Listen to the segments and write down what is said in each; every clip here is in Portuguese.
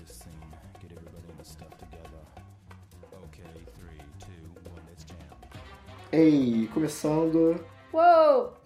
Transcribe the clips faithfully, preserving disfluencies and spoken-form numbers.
the scene. Get everybody in the stuff together. Okay, three, two, one, let's jam. Ei, começando Uou!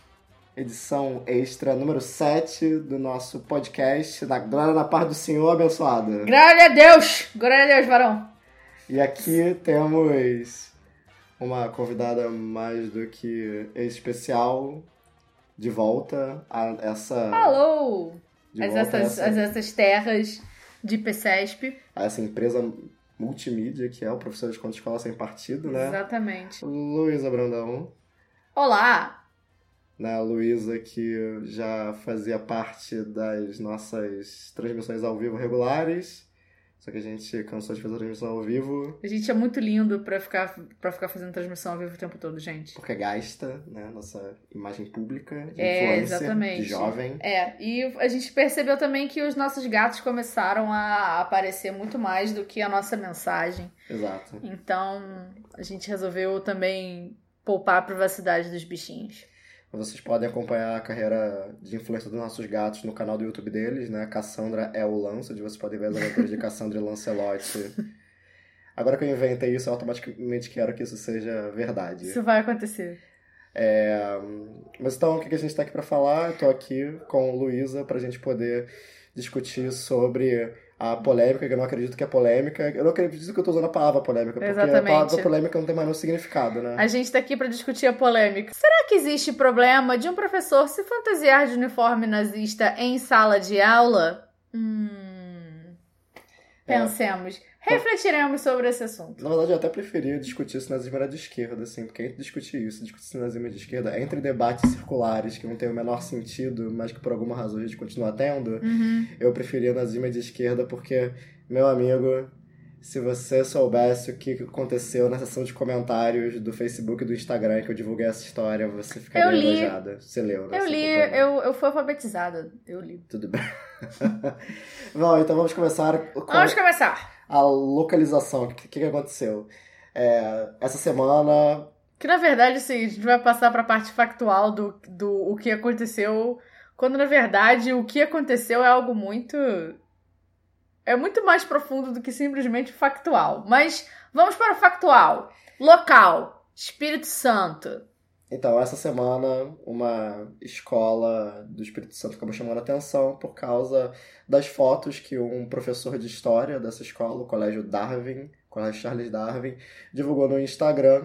edição extra número sete do nosso podcast, da Glória na Paz do Senhor abençoada. Glória a Deus! Glória a Deus, varão! E aqui temos uma convidada mais do que especial de volta a essa... Alô! de As volta a essas, essa, as essas terras de P C E S P. a essa empresa multimídia que é o Professor de Conto Escola Sem Partido, né? Exatamente. Luísa Brandão. Olá! Né, a Luísa, que já fazia parte das nossas transmissões ao vivo regulares, só que a gente cansou de fazer transmissão ao vivo. A gente é muito lindo pra ficar, pra ficar fazendo transmissão ao vivo o tempo todo, gente. Porque gasta, né, nossa imagem pública, de É, influencer, exatamente. de jovem. É, e a gente percebeu também que os nossos gatos começaram a aparecer muito mais do que a nossa mensagem. Exato. Então, a gente resolveu também poupar a privacidade dos bichinhos. Vocês podem acompanhar a carreira de influência dos nossos gatos no canal do YouTube deles, né? Cassandra é o Lance, onde vocês podem ver as aventuras de Cassandra e Lancelote. Agora que eu inventei isso, eu automaticamente quero que isso seja verdade. Isso vai acontecer. É... Mas então, o que a gente tá aqui pra falar? Eu tô aqui com Luísa pra gente poder discutir sobre a polêmica, que eu não acredito que é polêmica. Eu não acredito que eu tô usando a palavra polêmica, porque Exatamente. a palavra polêmica não tem mais nenhum significado, né? A gente tá aqui pra discutir a polêmica. Será que existe problema de um professor se fantasiar de uniforme nazista em sala de aula? Hum... Pensemos. Refletiremos sobre esse assunto. Na verdade, eu até preferia discutir se nazismo era de esquerda, assim, porque entre discutir isso, discutir se nazismo é de esquerda, entre debates circulares que não tem o menor sentido, mas que por alguma razão a gente continua tendo, Uhum. eu preferia nazismo de esquerda porque, meu amigo, se você soubesse o que aconteceu na seção de comentários do Facebook e do Instagram que eu divulguei essa história, você ficaria Eu li. enojada. Você leu, né? Eu Você li, acompanhou. eu, eu fui alfabetizada. Eu li. Tudo bem. Bom, então vamos começar com Vamos começar. a localização. O que, que aconteceu? É, essa semana... Que na verdade, assim, a gente vai passar pra parte factual do, do o que aconteceu, quando na verdade o que aconteceu é algo muito... É muito mais profundo do que simplesmente factual. Mas vamos para o factual. Local. Espírito Santo. Então, essa semana, uma escola do Espírito Santo acabou chamando a atenção por causa das fotos que um professor de história dessa escola, o Colégio Darwin, Colégio Charles Darwin, divulgou no Instagram,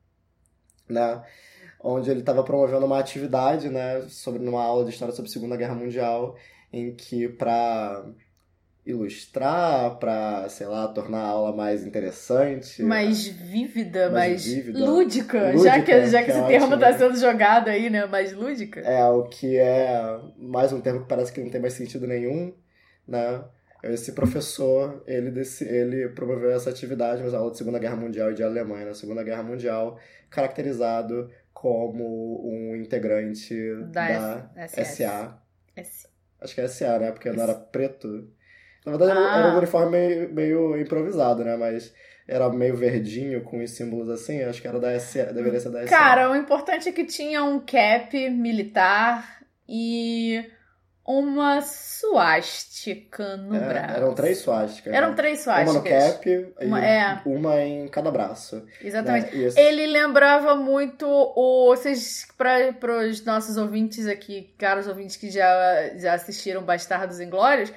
né? Onde ele estava promovendo uma atividade, né? Sobre uma aula de história sobre a Segunda Guerra Mundial, em que para ilustrar, para, sei lá, tornar a aula mais interessante. Mais vívida, Mais mais, vívida. lúdica, Lúdica, já que, já que que esse é termo ótimo. tá sendo jogado aí, né? Mais lúdica. É, o que é mais um termo que parece que não tem mais sentido nenhum, né? Esse professor, ele, desse, ele promoveu essa atividade nas aulas de Segunda Guerra Mundial e de Alemanha, na Segunda Guerra Mundial, caracterizado como um integrante Da da S- S A. Esse. Acho que é S A, né? Porque não S. era preto. Na verdade, Ah. era um uniforme meio, meio improvisado, né? Mas era meio verdinho, com os símbolos assim. Acho que era da S A, deveria ser da S A. Cara, o importante é que tinha um cap militar e uma suástica no É, braço. eram três suásticas. Eram né? três Uma no suásticas. cap Uma- e é. uma em cada braço. Exatamente. Né? Isso. Ele lembrava muito o. Vocês, para os nossos ouvintes aqui, caros ouvintes que já, já assistiram Bastardos Inglórios,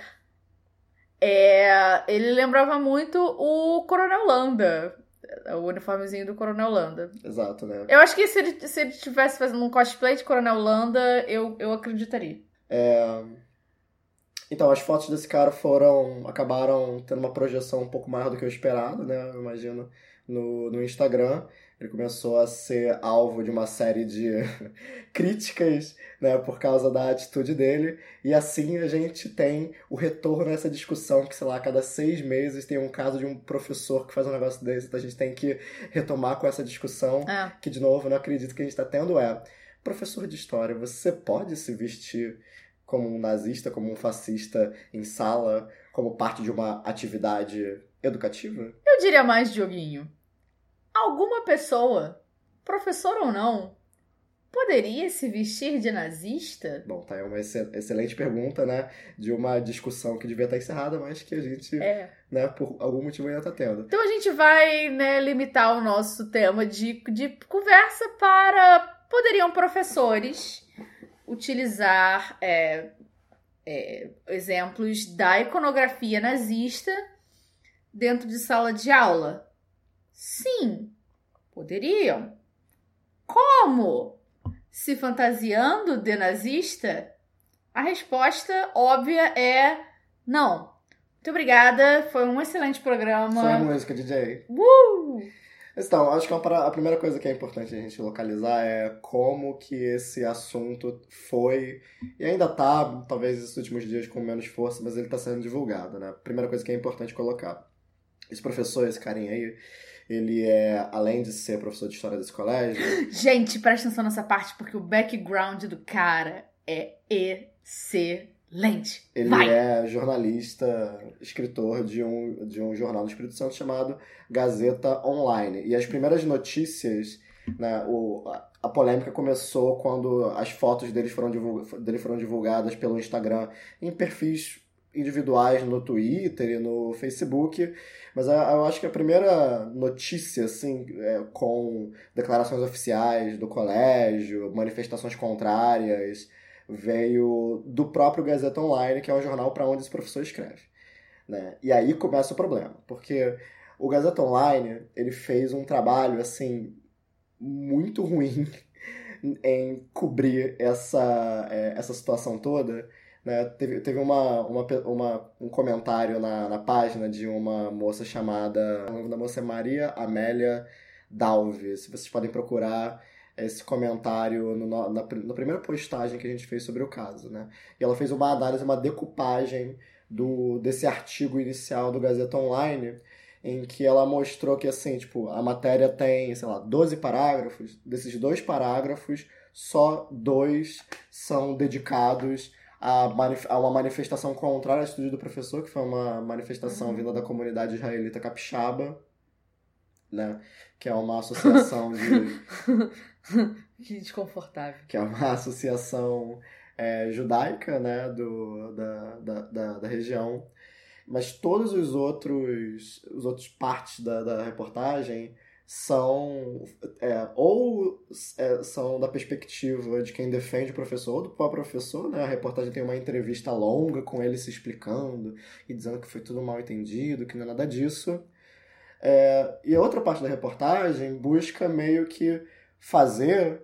é, ele lembrava muito o Coronel Landa. O uniformezinho do Coronel Landa. Exato, né? Eu acho que se ele, se ele estivesse fazendo um cosplay de Coronel Landa, eu, eu acreditaria. É... Então, as fotos desse cara foram... acabaram tendo uma projeção um pouco maior do que eu esperado, né? Eu imagino, no, no Instagram. Ele começou a ser alvo de uma série de críticas, né? Por causa da atitude dele. E assim a gente tem o retorno a essa discussão que, sei lá, a cada seis meses tem um caso de um professor que faz um negócio desse. Então a gente tem que retomar com essa discussão. É. Que, de novo, eu não acredito que a gente está tendo é... Professor de história, você pode se vestir como um nazista, como um fascista em sala, como parte de uma atividade educativa? Eu diria mais, Dioguinho. Alguma pessoa, professor ou não, poderia se vestir de nazista? Bom, tá, é uma ex- excelente pergunta, né? De uma discussão que devia estar encerrada, mas que a gente, É. né, por algum motivo ainda tá tendo. Então a gente vai, né, limitar o nosso tema de, de conversa para... Poderiam professores utilizar é, é, exemplos da iconografia nazista dentro de sala de aula? Sim, poderiam. Como? Se fantasiando de nazista? A resposta óbvia é não. Muito obrigada, foi um excelente programa. Só a música, D J. Uh! Então, acho que uma para- a primeira coisa que é importante a gente localizar é como que esse assunto foi, e ainda tá, talvez esses últimos dias com menos força, mas ele tá sendo divulgado, né? Primeira coisa que é importante colocar. Esse professor, esse carinha aí, ele é, além de ser professor de história desse colégio... Gente, presta atenção nessa parte, porque o background do cara é excelente. Ele Vai. é jornalista, escritor de um, de um jornal do Espírito Santo chamado Gazeta Online. E as primeiras notícias, né, o, a, a polêmica começou quando as fotos deles foram divulga, dele foram divulgadas pelo Instagram em perfis individuais no Twitter e no Facebook. Mas eu, eu acho que a primeira notícia, assim, é, com declarações oficiais do colégio, manifestações contrárias, veio do próprio Gazeta Online, que é um jornal para onde esse professor escreve, né? E aí começa o problema, porque o Gazeta Online, ele fez um trabalho, assim, muito ruim em cobrir essa, é, essa situação toda, né? Teve, teve uma, uma, uma, um comentário na, na página de uma moça chamada... O nome da moça é Maria Amélia Dalve. Se vocês podem procurar esse comentário no, na, na primeira postagem que a gente fez sobre o caso, né? E ela fez uma análise, uma decupagem do, desse artigo inicial do Gazeta Online, em que ela mostrou que, assim, tipo, a matéria tem, sei lá, doze parágrafos. Desses dois parágrafos, só dois são dedicados a, manif- a uma manifestação contrária ao estúdio do professor, que foi uma manifestação Uhum. vinda da comunidade israelita capixaba, né? Que é uma associação de... Que desconfortável. que é uma associação é, judaica, né, do, da, da, da, da região. Mas todos os outros, os outros partes da, da reportagem são é, ou é, são da perspectiva de quem defende o professor, ou do próprio professor, né? A reportagem tem uma entrevista longa com ele se explicando e dizendo que foi tudo mal entendido, que não é nada disso. É, e a outra parte da reportagem busca meio que fazer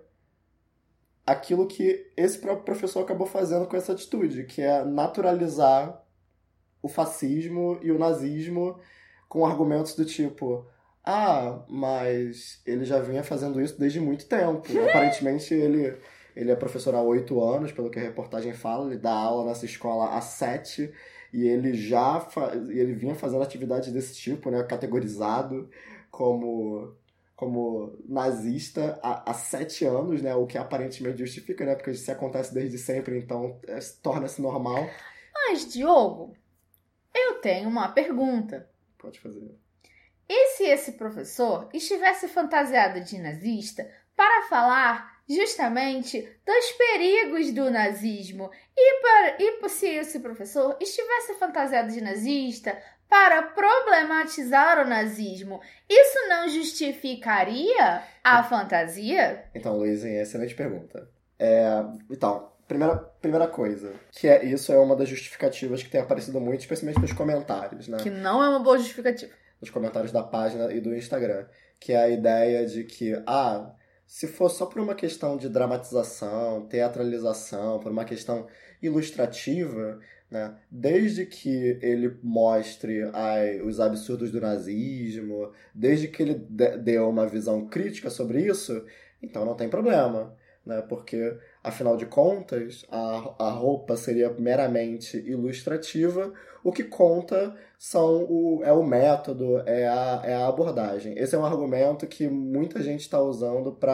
aquilo que esse próprio professor acabou fazendo com essa atitude, que é naturalizar o fascismo e o nazismo com argumentos do tipo: ah, mas ele já vinha fazendo isso desde muito tempo. Aparentemente ele, ele é professor há oito anos, pelo que a reportagem fala, ele dá aula nessa escola há sete, e ele já fa- ele vinha fazendo atividades desse tipo, né, categorizado como... como nazista há, há sete anos, né? O que aparentemente justifica, né? Porque se acontece desde sempre, então é, torna-se normal. Mas, Diogo, eu tenho uma pergunta. Pode fazer. E se esse professor estivesse fantasiado de nazista para falar justamente dos perigos do nazismo? E, para, e se esse professor estivesse fantasiado de nazista para problematizar o nazismo, isso não justificaria a fantasia? Então, Luizinha, excelente pergunta. É, então, primeira, primeira coisa, que é isso é uma das justificativas que tem aparecido muito, especialmente nos comentários, né? Que não é uma boa justificativa. Nos comentários da página e do Instagram, que é a ideia de que, ah, se for só por uma questão de dramatização, teatralização, por uma questão ilustrativa, né, desde que ele mostre ai, os absurdos do nazismo, desde que ele dê dê uma visão crítica sobre isso, então não tem problema, né, porque, afinal de contas, a, a roupa seria meramente ilustrativa. O que conta são o, é o método, é a, é a abordagem. Esse é um argumento que muita gente está usando para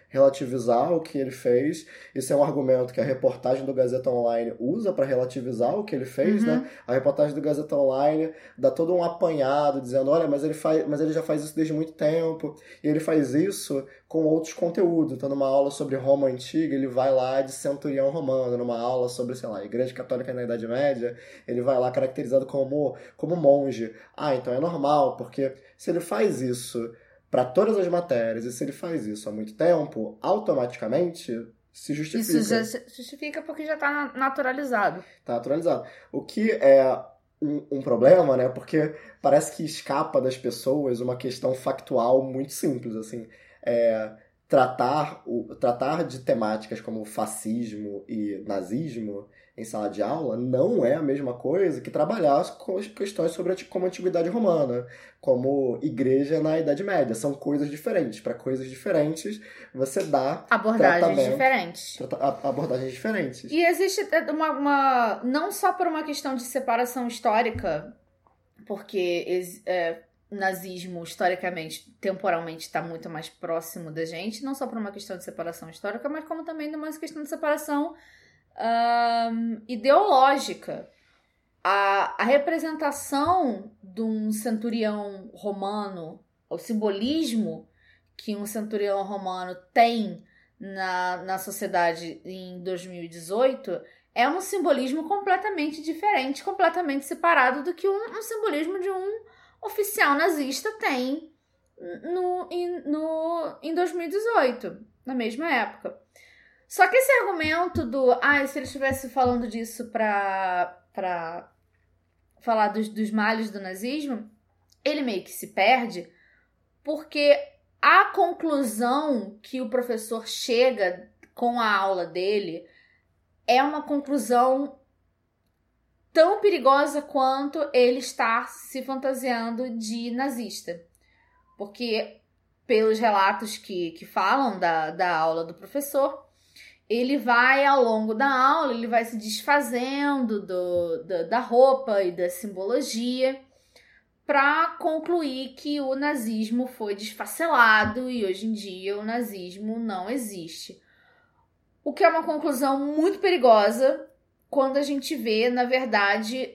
relativizar o que ele fez. Isso é um argumento que a reportagem do Gazeta Online usa para relativizar o que ele fez, Uhum. né? A reportagem do Gazeta Online dá todo um apanhado, dizendo, olha, mas ele, faz, mas ele já faz isso desde muito tempo, e ele faz isso com outros conteúdos. Então, numa aula sobre Roma Antiga, ele vai lá de centurião romano. Numa aula sobre, sei lá, Igreja Católica na Idade Média, ele vai lá caracterizado como, como monge. Ah, então é normal, porque se ele faz isso para todas as matérias, e se ele faz isso há muito tempo, automaticamente se justifica. Isso já se justifica porque já tá naturalizado. Tá naturalizado. O que é um, um problema, né? Porque parece que escapa das pessoas uma questão factual muito simples, assim. É, tratar, o, tratar de temáticas como fascismo e nazismo em sala de aula não é a mesma coisa que trabalhar com as questões sobre a, como a antiguidade romana, como igreja na Idade Média. São coisas diferentes. Para coisas diferentes, você dá Abordagens tratamento, diferentes. trata- abordagens diferentes. E existe uma, uma... Não só por uma questão de separação histórica, porque ex- é, nazismo, historicamente, temporalmente, está muito mais próximo da gente, não só por uma questão de separação histórica, mas como também de uma questão de separação ahn, ideológica. A, a representação de um centurião romano, o simbolismo que um centurião romano tem na, na sociedade em dois mil e dezoito é um simbolismo completamente diferente, completamente separado do que um, um simbolismo de um oficial nazista tem no, em, no, em dois mil e dezoito, na mesma época. Só que esse argumento do, ah, se ele estivesse falando disso pra, pra falar dos, dos males do nazismo, ele meio que se perde, porque a conclusão que o professor chega com a aula dele é uma conclusão tão perigosa quanto ele estar se fantasiando de nazista. Porque, pelos relatos que, que falam da, da aula do professor, ele vai, ao longo da aula, ele vai se desfazendo do, do, da roupa e da simbologia para concluir que o nazismo foi desfacelado e hoje em dia o nazismo não existe. O que é uma conclusão muito perigosa quando a gente vê, na verdade,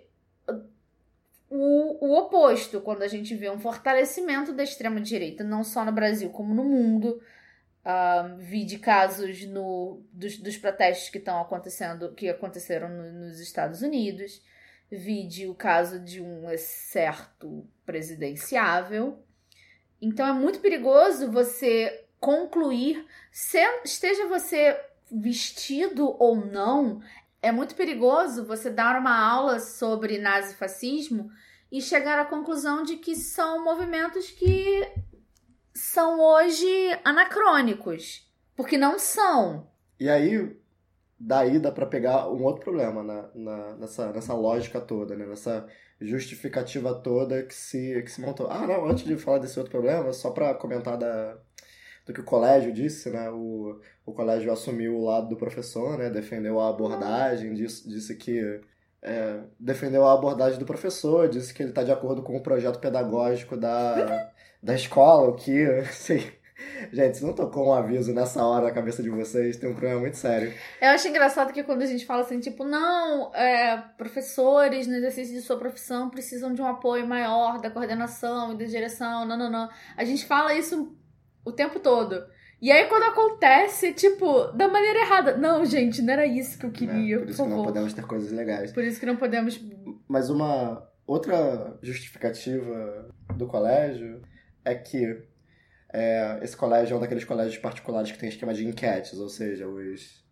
o, o oposto, quando a gente vê um fortalecimento da extrema-direita, não só no Brasil como no mundo. Uh, vi de casos no, dos, dos protestos que estão acontecendo, que aconteceram no, nos Estados Unidos. Vi de o caso de um excerto presidenciável. Então é muito perigoso você concluir, se, esteja você vestido ou não, é muito perigoso você dar uma aula sobre nazifascismo e chegar à conclusão de que são movimentos que são hoje anacrônicos, porque não são. E aí, daí dá pra pegar um outro problema na, na, nessa, nessa lógica toda, né? Nessa justificativa toda que se, que se montou. Ah, não, antes de falar desse outro problema, só pra comentar da, do que o colégio disse, né? O, o colégio assumiu o lado do professor, né? Defendeu a abordagem, disse, disse que... É, defendeu a abordagem do professor, disse que ele está de acordo com o projeto pedagógico da, da escola, o que, assim, gente, se não tocou um aviso nessa hora na cabeça de vocês, tem um problema muito sério. Eu acho engraçado que quando a gente fala assim, tipo, não, é, professores no exercício de sua profissão precisam de um apoio maior da coordenação e da direção, não, não, não. A gente fala isso o tempo todo. E aí, quando acontece, tipo, da maneira errada. Não, gente, não era isso que eu queria, É, por por isso que não favor. podemos ter coisas legais. Por isso que não podemos... Mas uma outra justificativa do colégio é que é, esse colégio é um daqueles colégios particulares que tem esquema de enquetes, ou seja, os...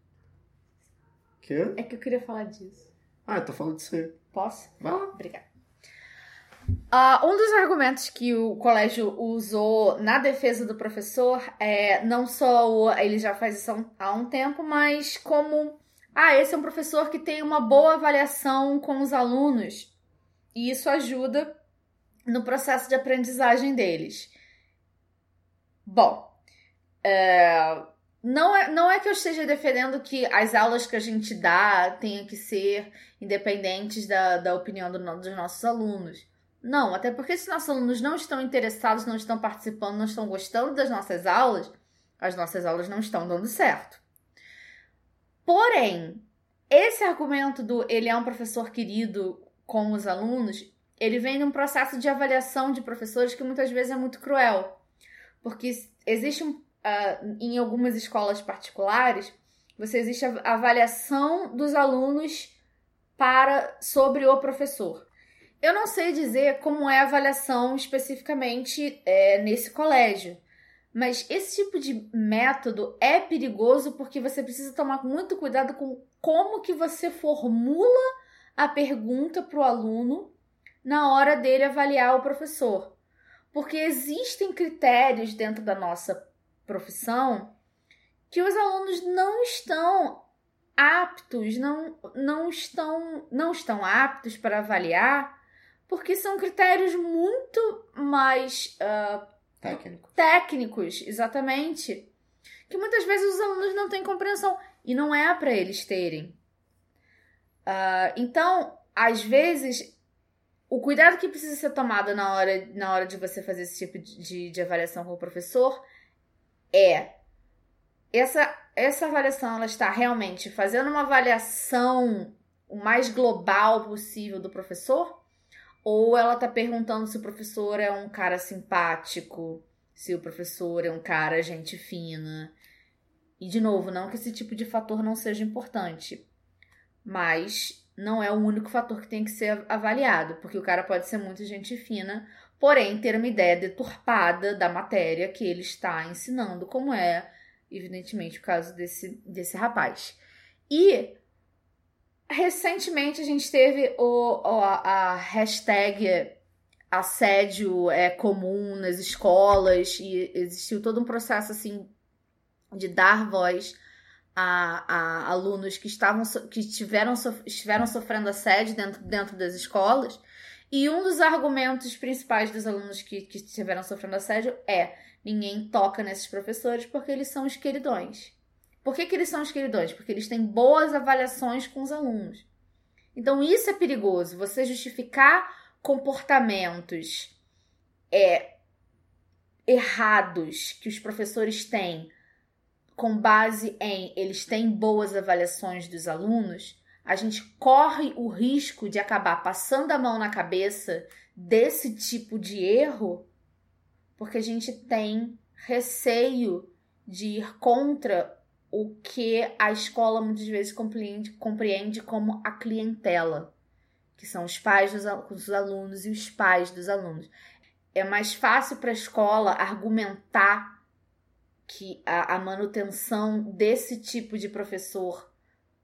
Quê? É que eu queria falar disso. Ah, eu tô falando de você. Posso? Vai lá. Obrigada. Uh, um dos argumentos que o colégio usou na defesa do professor é não só o, ele já faz isso há um tempo, mas como ah, esse é um professor que tem uma boa avaliação com os alunos e isso ajuda no processo de aprendizagem deles. Bom, é, não, é, não é que eu esteja defendendo que as aulas que a gente dá tenham que ser independentes da, da opinião do, dos nossos alunos. Não, até porque se nossos alunos não estão interessados, não estão participando, não estão gostando das nossas aulas, as nossas aulas não estão dando certo. Porém, esse argumento do ele é um professor querido com os alunos, ele vem de um processo de avaliação de professores que muitas vezes é muito cruel. Porque existe, um, uh, em algumas escolas particulares, você existe a avaliação dos alunos para, sobre o professor. Eu não sei dizer como é a avaliação especificamente é, nesse colégio, mas esse tipo de método é perigoso porque você precisa tomar muito cuidado com como que você formula a pergunta para o aluno na hora dele avaliar o professor. Porque existem critérios dentro da nossa profissão que os alunos não estão aptos, não, não, estão, não estão aptos para avaliar, porque são critérios muito mais uh, Técnico. técnicos, exatamente, que muitas vezes os alunos não têm compreensão, e não é para eles terem. Uh, então, às vezes, o cuidado que precisa ser tomado na hora, na hora de você fazer esse tipo de, de avaliação com o professor é essa, essa avaliação, ela está realmente fazendo uma avaliação o mais global possível do professor, ou ela está perguntando se o professor é um cara simpático, se o professor é um cara gente fina. E, de novo, não que esse tipo de fator não seja importante, mas não é o único fator que tem que ser avaliado, porque o cara pode ser muito gente fina, porém ter uma ideia deturpada da matéria que ele está ensinando, como é, evidentemente, o caso desse, desse rapaz. E, recentemente, a gente teve o, a, a hashtag assédio é, comum nas escolas, e existiu todo um processo, assim, de dar voz A, a alunos que, estavam, que tiveram, estiveram sofrendo assédio dentro, dentro das escolas. E um dos argumentos principais dos alunos que, que estiveram sofrendo assédio é: ninguém toca nesses professores porque eles são os queridões. Por que, que eles são os queridões? Porque eles têm boas avaliações com os alunos. Então isso é perigoso, você justificar comportamentos é, errados que os professores têm com base em eles têm boas avaliações dos alunos, a gente corre o risco de acabar passando a mão na cabeça desse tipo de erro, porque a gente tem receio de ir contra o que a escola muitas vezes compreende, compreende como a clientela, que são os pais dos, dos alunos e os pais dos alunos. É mais fácil para a escola argumentar que a, a manutenção desse tipo de professor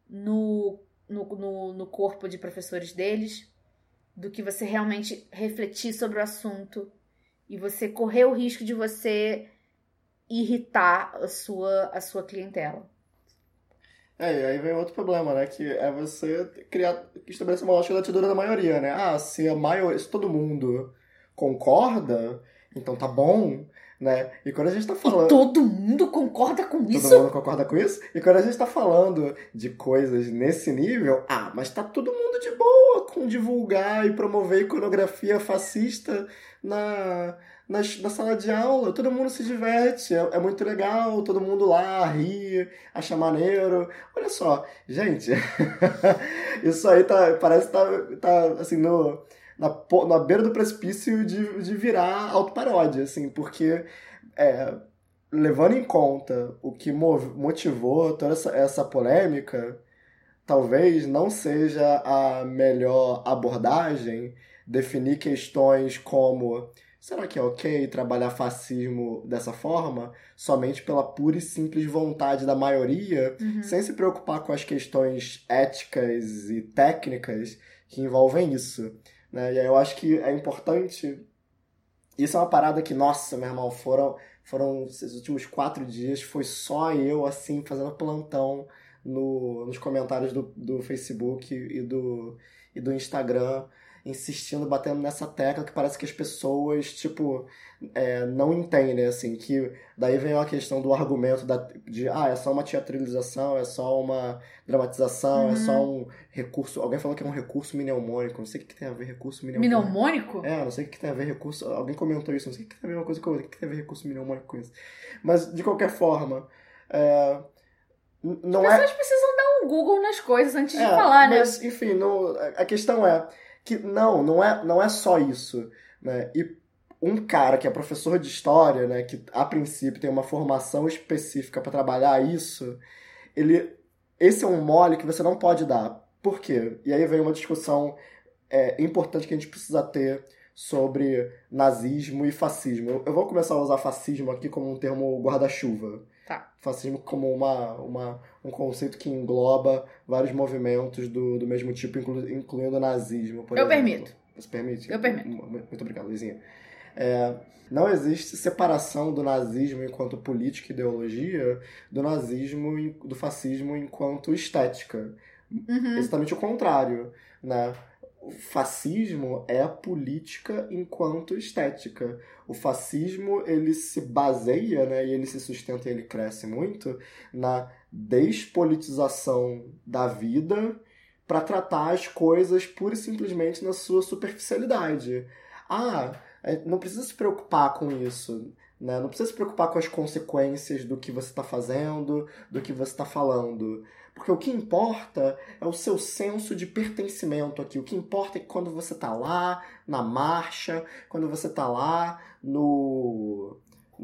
no, no, no, no corpo de professores deles, do que você realmente refletir sobre o assunto e você correr o risco de você irritar a sua, a sua clientela. É, e aí vem outro problema, né? Que é você criar, estabelecer uma lógica da tesoura da maioria, né? Ah, se a maioria, se todo mundo concorda, então tá bom, né? E quando a gente tá falando... E todo mundo concorda com todo isso? Todo mundo concorda com isso? E quando a gente tá falando de coisas nesse nível, ah, mas tá todo mundo de boa com divulgar e promover iconografia fascista na, na, na sala de aula. Todo mundo se diverte, é, é muito legal, todo mundo lá ri, acha maneiro. Olha só, gente, isso aí tá, parece que tá, tá assim, no... Na, na beira do precipício de, de virar autoparódia, assim, porque é, levando em conta o que mov, motivou toda essa, essa polêmica, talvez não seja a melhor abordagem definir questões como: será que é ok trabalhar fascismo dessa forma? Somente pela pura e simples vontade da maioria, uhum. sem se preocupar com as questões éticas e técnicas que envolvem isso. Né? E aí eu acho que é importante. Isso é uma parada que, nossa, meu irmão, foram, foram esses últimos quatro dias, foi só eu, assim, fazendo plantão no, nos comentários do, do Facebook e do, e do Instagram, insistindo, batendo nessa tecla que parece que as pessoas, tipo, é, não entendem, assim, que daí vem a questão do argumento da, de, ah, é só uma teatralização, é só uma dramatização, Uhum. é só um recurso, alguém falou que é um recurso mnemônico, não sei o que tem a ver recurso mnemônico. Mnemônico? É, não sei o que tem a ver recurso, alguém comentou isso, não sei o que tem a ver uma coisa com outra, o que tem a ver recurso mnemônico com isso. Mas, de qualquer forma, é, n- não As é... pessoas precisam dar um Google nas coisas antes de É, falar, né? mas, enfim, não, a a questão é que não, não é, não é só isso, né? E um cara que é professor de história, né, que a princípio tem uma formação específica para trabalhar isso, ele, esse é um mole que você não pode dar. Por quê? E aí vem uma discussão é, importante que a gente precisa ter sobre nazismo e fascismo. Eu, eu vou começar a usar fascismo aqui como um termo guarda-chuva. Tá. Fascismo como uma, uma, um conceito que engloba vários movimentos do, do mesmo tipo, inclu, incluindo o nazismo, por Eu exemplo. permito. Você permite? Eu permito. Muito obrigado, Luizinha. É, não existe separação do nazismo enquanto política e ideologia do nazismo e do fascismo enquanto estética. Uhum. Exatamente o contrário, né? O fascismo é a política enquanto estética. O fascismo, ele se baseia, né, e ele se sustenta e ele cresce muito na despolitização da vida para tratar as coisas pura e simplesmente na sua superficialidade. Ah, não precisa se preocupar com isso, né? Não precisa se preocupar com as consequências do que você está fazendo, do que você está falando. Porque o que importa é o seu senso de pertencimento aqui. O que importa é que quando você tá lá na marcha, quando você tá lá no,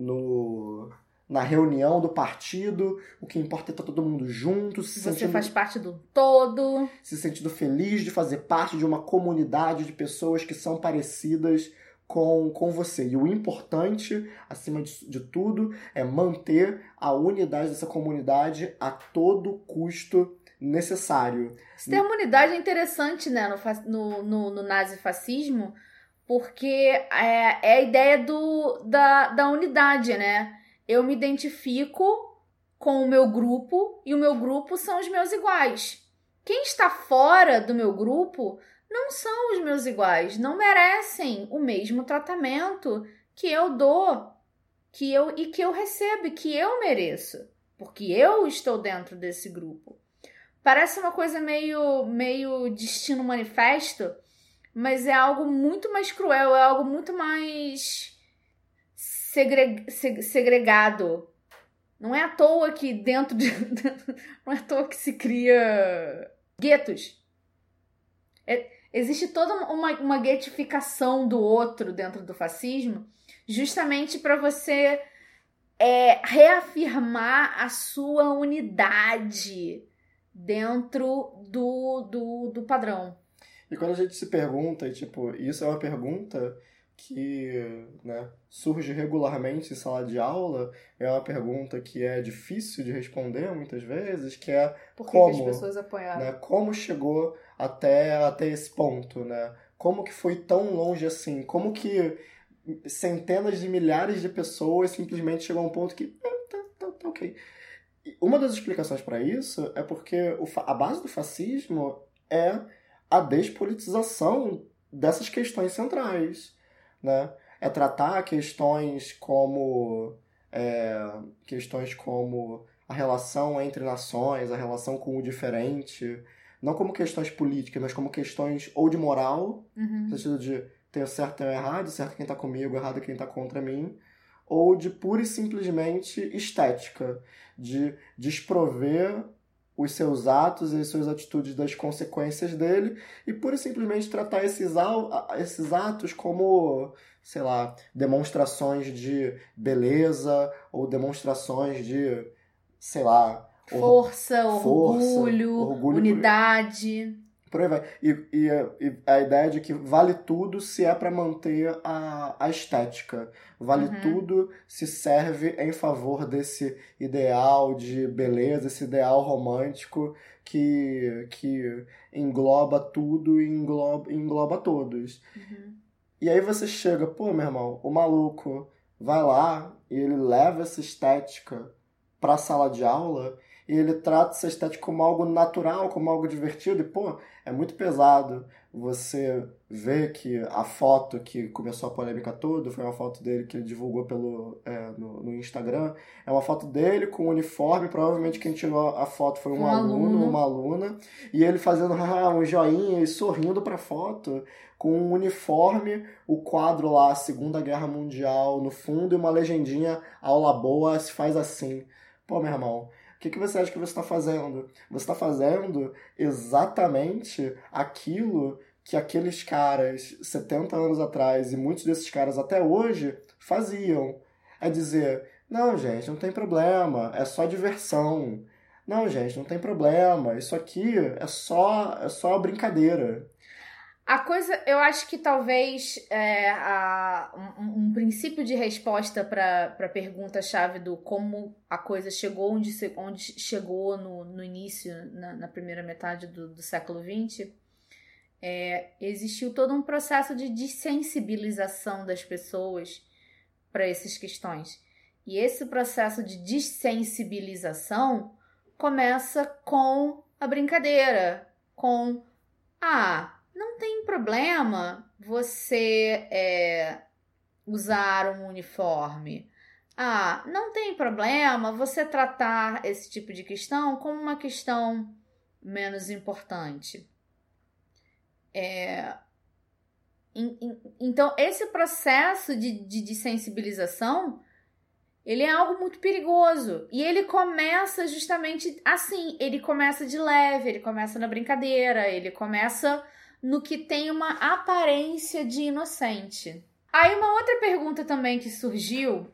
no na reunião do partido, o que importa é estar todo mundo junto, se Você sentindo, faz parte do todo. se sentindo feliz de fazer parte de uma comunidade de pessoas que são parecidas com, com você. E o importante, acima de, de tudo, é manter a unidade dessa comunidade a todo custo necessário. Esse termo unidade é interessante, né, no, fa- no, no, no nazifascismo, porque é, é a ideia do, da, da unidade, né? Eu me identifico com o meu grupo e o meu grupo são os meus iguais. Quem está fora do meu grupo não são os meus iguais, não merecem o mesmo tratamento que eu dou, que eu e que eu recebo, e que eu mereço, porque eu estou dentro desse grupo. Parece uma coisa meio, meio destino manifesto, mas é algo muito mais cruel, é algo muito mais segre- seg- segregado. Não é à toa que dentro de... não é à toa que se cria guetos. É, existe toda uma, uma guetificação do outro dentro do fascismo, justamente para você é, reafirmar a sua unidade dentro do, do, do padrão. E quando a gente se pergunta, e tipo, isso é uma pergunta que, né, surge regularmente em sala de aula, é uma pergunta que é difícil de responder muitas vezes, que é Por que como, que as pessoas apoiaram? né, como chegou até, até esse ponto, né? Como que foi tão longe assim? Como que centenas de milhares de pessoas simplesmente chegou a um ponto que ah, tá, tá, tá ok. E uma das explicações para isso é porque o, fa- a base do fascismo é a despolitização dessas questões centrais, né? É tratar questões como é, questões como a relação entre nações, a relação com o diferente, não como questões políticas, mas como questões ou de moral, Uhum. no sentido de tenho certo e tenho errado, certo é quem tá comigo, errado é quem tá contra mim, ou de pura e simplesmente estética, de desprover os seus atos e as suas atitudes das consequências dele e pura e simplesmente tratar esses, au- esses atos como, sei lá, demonstrações de beleza ou demonstrações de, sei lá, or- Força, força, orgulho, orgulho, unidade. por aí vai. E, e, e a ideia de que vale tudo se é para manter a, a estética. Vale Uhum. tudo se serve em favor desse ideal de beleza, esse ideal romântico que, que engloba tudo e engloba, engloba todos. Uhum. E aí você chega, pô, meu irmão, o maluco vai lá e ele leva essa estética pra sala de aula e ele trata essa estética como algo natural, como algo divertido, e, pô, é muito pesado você ver que a foto que começou a polêmica toda foi uma foto dele que ele divulgou pelo, é, no, no Instagram. É uma foto dele com uniforme, provavelmente quem tirou a foto foi um, Um aluno, aluno. uma aluna, e ele fazendo haha, um joinha e sorrindo pra foto, com um uniforme, o quadro lá, Segunda Guerra Mundial, no fundo, e uma legendinha, aula boa, se faz assim. Pô, meu irmão, o que, que você acha que você está fazendo? Você está fazendo exatamente aquilo que aqueles caras setenta anos atrás, e muitos desses caras até hoje, faziam. É dizer, não, gente, não tem problema, é só diversão. Não, gente, não tem problema, isso aqui é só, é só brincadeira. A coisa, eu acho que talvez é, a, um, um princípio de resposta para a pergunta-chave do como a coisa chegou onde, se- onde chegou no, no início, na, na primeira metade do, do século vinte, é, existiu todo um processo de dessensibilização das pessoas para essas questões. E esse processo de dessensibilização começa com a brincadeira, com ah, não tem problema você é, usar um uniforme. Ah, não tem problema você tratar esse tipo de questão como uma questão menos importante. É, em- em- então, esse processo de, de, de sensibilização, ele é algo muito perigoso. E ele começa justamente assim, ele começa de leve, ele começa na brincadeira, ele começa no que tem uma aparência de inocente. Aí uma outra pergunta também que surgiu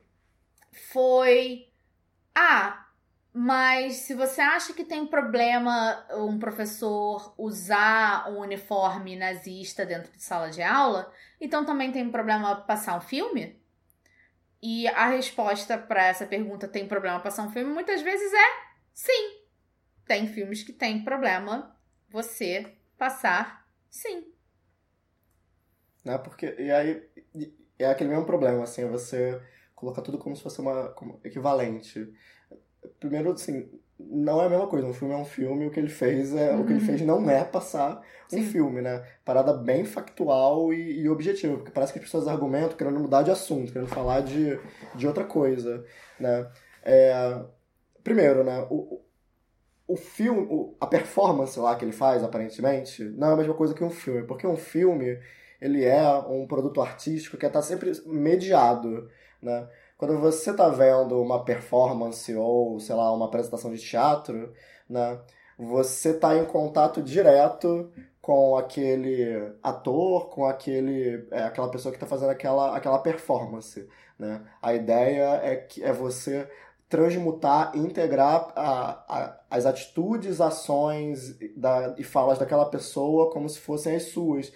foi: ah, mas se você acha que tem problema um professor usar um uniforme nazista dentro de sala de aula, então também tem problema passar um filme? E a resposta para essa pergunta, tem problema passar um filme, muitas vezes é sim. Tem filmes que tem problema você passar sim. Né? Porque, e aí, e- é aquele mesmo problema, assim, é você colocar tudo como se fosse uma como equivalente. Primeiro, assim, não é a mesma coisa. Um filme é um filme, o que ele fez é o que ele fez não é passar um Sim. filme, né? Parada bem factual e, e objetiva, porque parece que as pessoas argumentam querendo mudar de assunto, querendo falar de, de outra coisa, né? É, primeiro, né? O, o filme, o- a performance lá que ele faz, aparentemente, não é a mesma coisa que um filme, porque um filme, ele é um produto artístico que está sempre mediado, né? Quando você está vendo uma performance ou, sei lá, uma apresentação de teatro, né? Você está em contato direto com aquele ator, com aquele, é, aquela pessoa que está fazendo aquela, aquela performance, né? A ideia é que é você transmutar, integrar a, a, as atitudes, ações da, e falas daquela pessoa como se fossem as suas.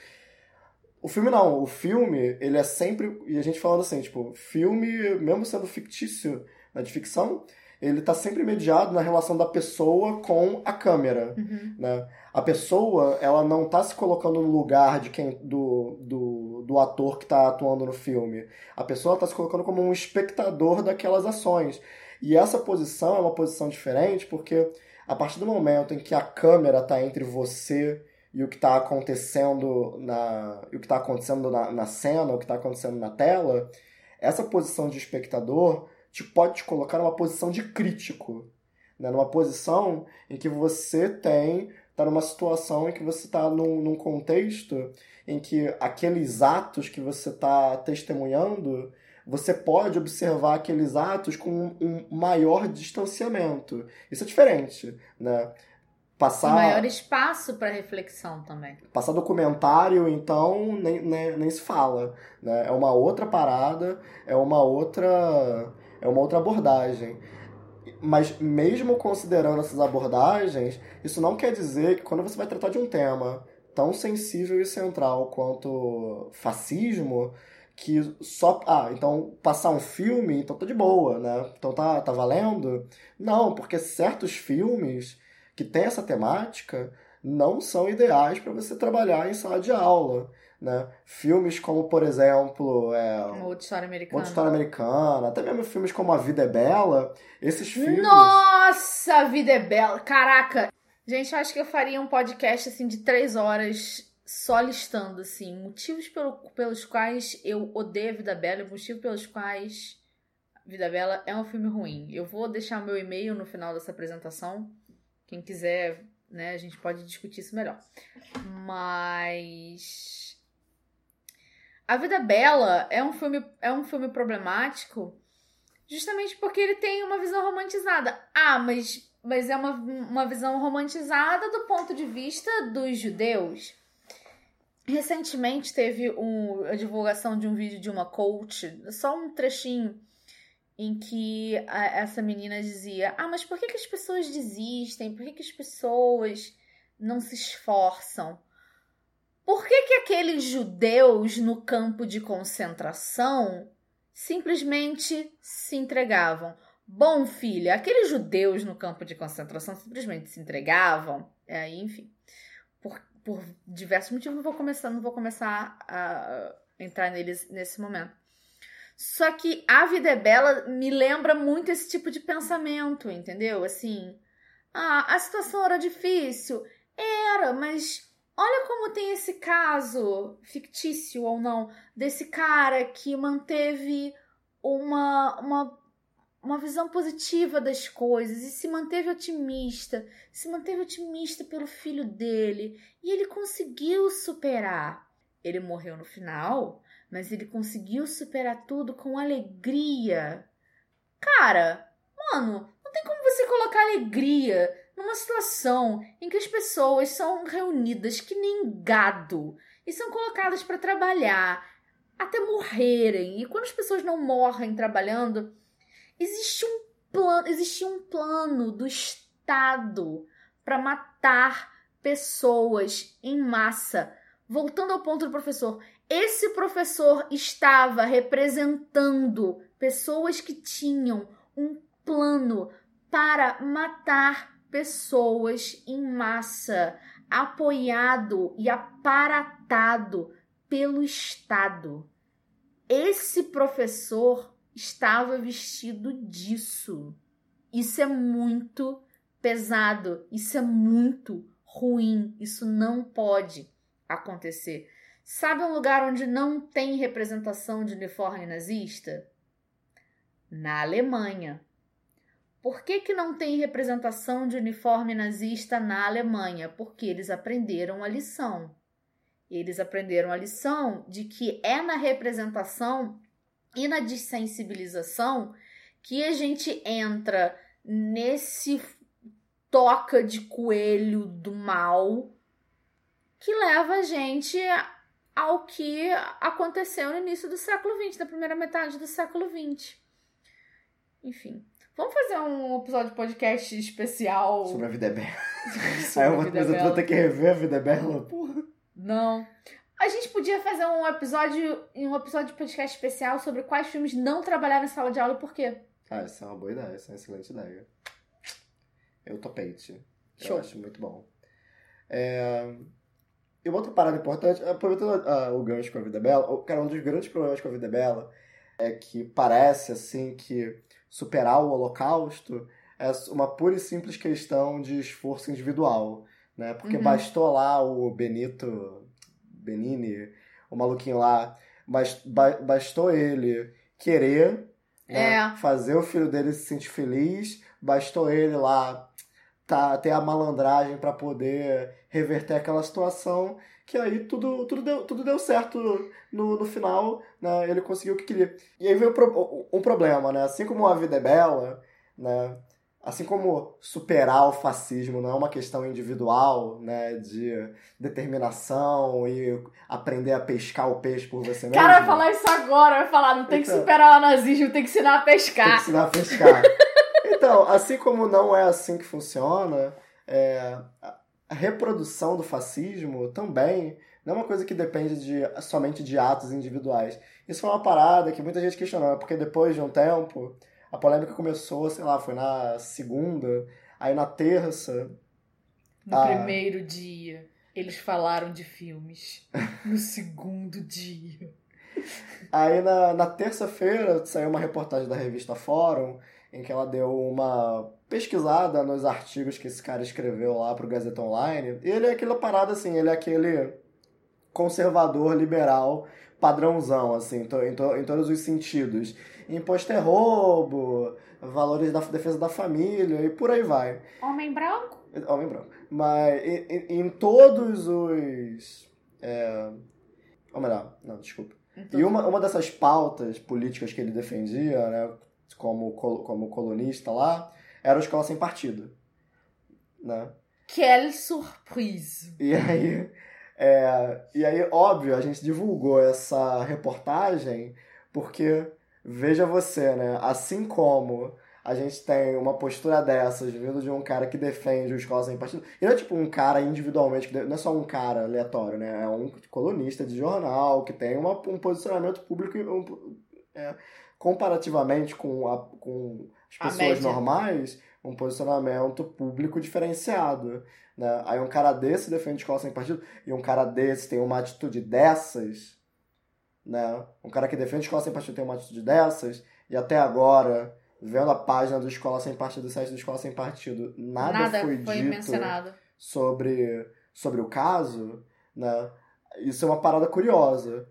O filme não, o filme, ele é sempre, e a gente falando assim, tipo, filme, mesmo sendo fictício, né, de ficção, ele tá sempre mediado na relação da pessoa com a câmera, Uhum. né? A pessoa, ela não tá se colocando no lugar de quem, do, do, do ator que tá atuando no filme. A pessoa tá se colocando como um espectador daquelas ações. E essa posição é uma posição diferente porque a partir do momento em que a câmera tá entre você e o que está acontecendo na e o que tá acontecendo na, na cena, o que está acontecendo na tela, essa posição de espectador te, pode te colocar numa posição de crítico, né? Numa posição em que você tem está numa situação em que você está num, num contexto em que aqueles atos que você está testemunhando, você pode observar aqueles atos com um, um maior distanciamento. Isso é diferente, né? Passar... E maior espaço para reflexão também. Passar documentário, então, nem, nem, nem se fala, né? É uma outra parada, é uma outra, é uma outra abordagem. Mas mesmo considerando essas abordagens, isso não quer dizer que quando você vai tratar de um tema tão sensível e central quanto fascismo, que só... Ah, então passar um filme, então tá de boa, né? Então tá, tá valendo? Não, porque certos filmes que tem essa temática não são ideais para você trabalhar em sala de aula, né? Filmes como, por exemplo, é, Uma outra história americana. Outra História Americana, até mesmo filmes como A Vida é Bela, esses filmes... Nossa, A Vida é Bela! Caraca! Gente, eu acho que eu faria um podcast, assim, de três horas só listando, assim, motivos pelo, pelos quais eu odeio A Vida é Bela e motivos pelos quais Vida Bela é um filme ruim. Eu vou deixar meu e-mail no final dessa apresentação. Quem quiser, né, a gente pode discutir isso melhor. Mas... A Vida Bela é um filme, é um filme problemático justamente porque ele tem uma visão romantizada. Ah, mas, mas é uma, uma visão romantizada do ponto de vista dos judeus. Recentemente teve um, a divulgação de um vídeo de uma coach, só um trechinho, em que a, essa menina dizia: ah, mas por que, que as pessoas desistem? Por que, que as pessoas não se esforçam? Por que, que aqueles judeus no campo de concentração simplesmente se entregavam? Bom, filha, aqueles judeus no campo de concentração simplesmente se entregavam, é, enfim, por, por diversos motivos, não vou começar, não vou começar a entrar neles nesse momento. Só que A Vida é Bela me lembra muito esse tipo de pensamento, entendeu? Assim, ah, a situação era difícil. Era, mas olha como tem esse caso, fictício ou não, desse cara que manteve uma, uma, uma visão positiva das coisas e se manteve otimista, se manteve otimista pelo filho dele e ele conseguiu superar. Ele morreu no final, mas ele conseguiu superar tudo com alegria. Cara, mano, não tem como você colocar alegria numa situação em que as pessoas são reunidas que nem gado e são colocadas para trabalhar até morrerem. E quando as pessoas não morrem trabalhando, existe um plano, existe um plano do Estado para matar pessoas em massa. Voltando ao ponto do professor, esse professor estava representando pessoas que tinham um plano para matar pessoas em massa, apoiado e aparatado pelo Estado. Esse professor estava vestido disso. Isso é muito pesado, isso é muito ruim, isso não pode acontecer. Sabe um lugar onde não tem representação de uniforme nazista? Na Alemanha. Por que que não tem representação de uniforme nazista na Alemanha? Porque eles aprenderam a lição. Eles aprenderam a lição de que é na representação e na dessensibilização que a gente entra nesse toca de coelho do mal que leva a gente ao que aconteceu no início do século vinte, na primeira metade do século vinte. Enfim, vamos fazer um episódio de podcast especial sobre A Vida é Bela. Sobre Aí eu a vou, Vida é mas eu Bela. vou ter que rever A Vida é Bela, porra. Não. A gente podia fazer um episódio, um episódio de podcast especial sobre quais filmes não trabalharam em sala de aula e por quê. Ah, essa é uma boa ideia, essa é uma excelente ideia. Eu topei. Show. Eu acho muito bom. É... E uma outra parada importante, aproveitando ah, o gancho com A Vida é Bela, o- cara, um dos grandes problemas com A Vida é Bela é que parece, assim, que superar o Holocausto é uma pura e simples questão de esforço individual, né? Porque Uhum. bastou lá o Benito Benini, o maluquinho lá, bas- ba- bastou ele querer, né, É. fazer o filho dele se sentir feliz, bastou ele lá tá, ter a malandragem para poder reverter aquela situação, que aí tudo, tudo, deu, tudo deu certo no, no final, né? Ele conseguiu o que queria. E aí veio o pro- um problema, né? Assim como A Vida é Bela, né? Assim como superar o fascismo não é uma questão individual, né? De determinação e aprender a pescar o peixe por você mesmo. Cara, vai falar isso agora, vai falar, não tem que Então. superar o nazismo, tem que ensinar a Tem que pescar. ensinar a pescar. Então, assim como não é assim que funciona, é, a reprodução do fascismo também não é uma coisa que depende de, somente de atos individuais. Isso foi uma parada que muita gente questionou, porque depois de um tempo, a polêmica começou, sei lá, foi na segunda, aí na terça, No Ah. primeiro dia, eles falaram de filmes. No segundo dia. Aí na, na terça-feira saiu uma reportagem da revista Fórum em que ela deu uma pesquisada nos artigos que esse cara escreveu lá pro Gazeta Online. E ele é aquela parada assim, ele é aquele conservador liberal padrãozão, assim, em, to, em, to, em todos os sentidos. Imposto é roubo, valores da defesa da família e por aí vai. Homem branco? Homem branco. Mas em, em, em todos os... É, ou melhor, não, desculpa. Então, E uma, uma dessas pautas políticas que ele defendia, né, como, como colunista lá, era a escola sem partido. Né? Quelle surprise! E aí, é, e aí, óbvio, a gente divulgou essa reportagem porque, veja você, né, assim como a gente tem uma postura dessas vindo de um cara que defende o escola sem partido, e não é tipo um cara individualmente, que não é só um cara aleatório, né, é um colunista de jornal que tem uma, um posicionamento público um, é, comparativamente com, a, com as A pessoas média. normais, um posicionamento público diferenciado. Né? Aí um cara desse defende escola sem partido e um cara desse tem uma atitude dessas, né? Um cara que defende escola sem partido tem uma atitude dessas, e até agora, vendo a página do Escola Sem Partido, do site do Escola Sem Partido, nada, Nada foi, foi dito mencionado. sobre, sobre o caso, né? Isso é uma parada curiosa,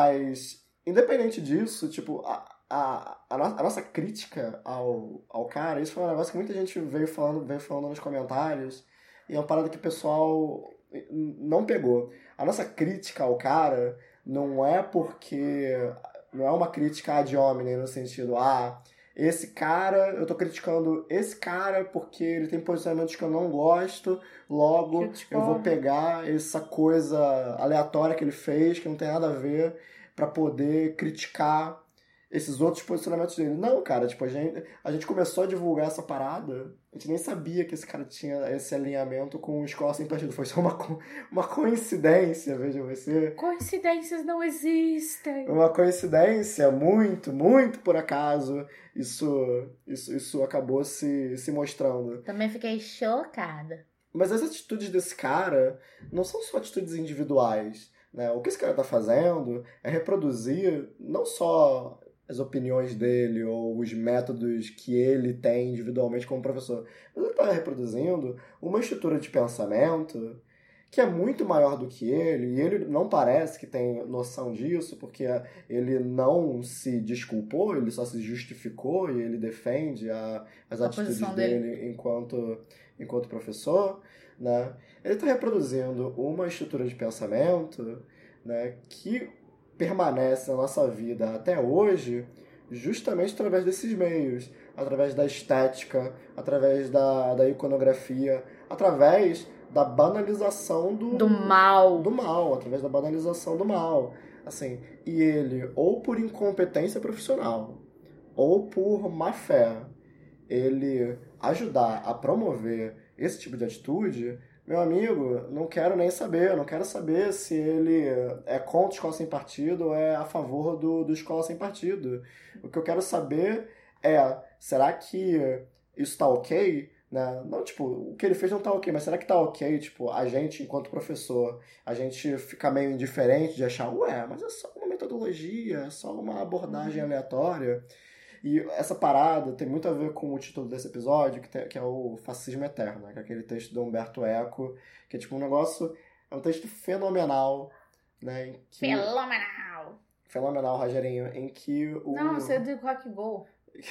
mas independente disso, tipo, a, a, a, no- a nossa crítica ao, ao cara, isso foi um negócio que muita gente veio falando, veio falando nos comentários, e é uma parada que o pessoal não pegou. A nossa crítica ao cara não é porque... Não é uma crítica ad hominem, no sentido, ah, esse cara, eu tô criticando esse cara porque ele tem posicionamentos que eu não gosto, logo Que eu eu, discordo. vou pegar essa coisa aleatória que ele fez, que não tem nada a ver, pra poder criticar esses outros posicionamentos dele. Não, cara, tipo, a gente, a gente começou a divulgar essa parada, a gente nem sabia que esse cara tinha esse alinhamento com o Escola Sem Partido. Foi só uma, co- uma coincidência, veja você. Coincidências não existem. Uma coincidência, muito, muito por acaso, isso, isso, isso acabou se, se mostrando. Também fiquei chocada. Mas as atitudes desse cara não são só atitudes individuais, né? O que esse cara tá fazendo é reproduzir não só as opiniões dele ou os métodos que ele tem individualmente como professor, mas ele tá reproduzindo uma estrutura de pensamento que é muito maior do que ele, e ele não parece que tem noção disso, porque ele não se desculpou, ele só se justificou e ele defende a, as A atitudes posição dele, dele. enquanto, enquanto professor, né? Ele está reproduzindo uma estrutura de pensamento, né, que permanece na nossa vida até hoje justamente através desses meios, através da estética, através da, da iconografia, através da banalização do, Do mal. do mal, através da banalização do mal. Assim, e ele, ou por incompetência profissional, ou por má fé, ele ajudar a promover esse tipo de atitude, meu amigo, não quero nem saber, não quero saber se ele é contra a escola sem partido ou é a favor do, do escola sem partido. O que eu quero saber é, será que isso tá ok? Né? Não, tipo, o que ele fez não tá ok, mas será que tá ok, tipo, a gente, enquanto professor, a gente fica meio indiferente de achar, ué, mas é só uma metodologia, é só uma abordagem aleatória. E essa parada tem muito a ver com o título desse episódio, que, tem- que é o Fascismo Eterno, né? Que é aquele texto do Humberto Eco, que é tipo um negócio, é um texto fenomenal, né? Em que, Fenomenal. fenomenal, Rogerinho, em que o... Não, isso é do Rock Go.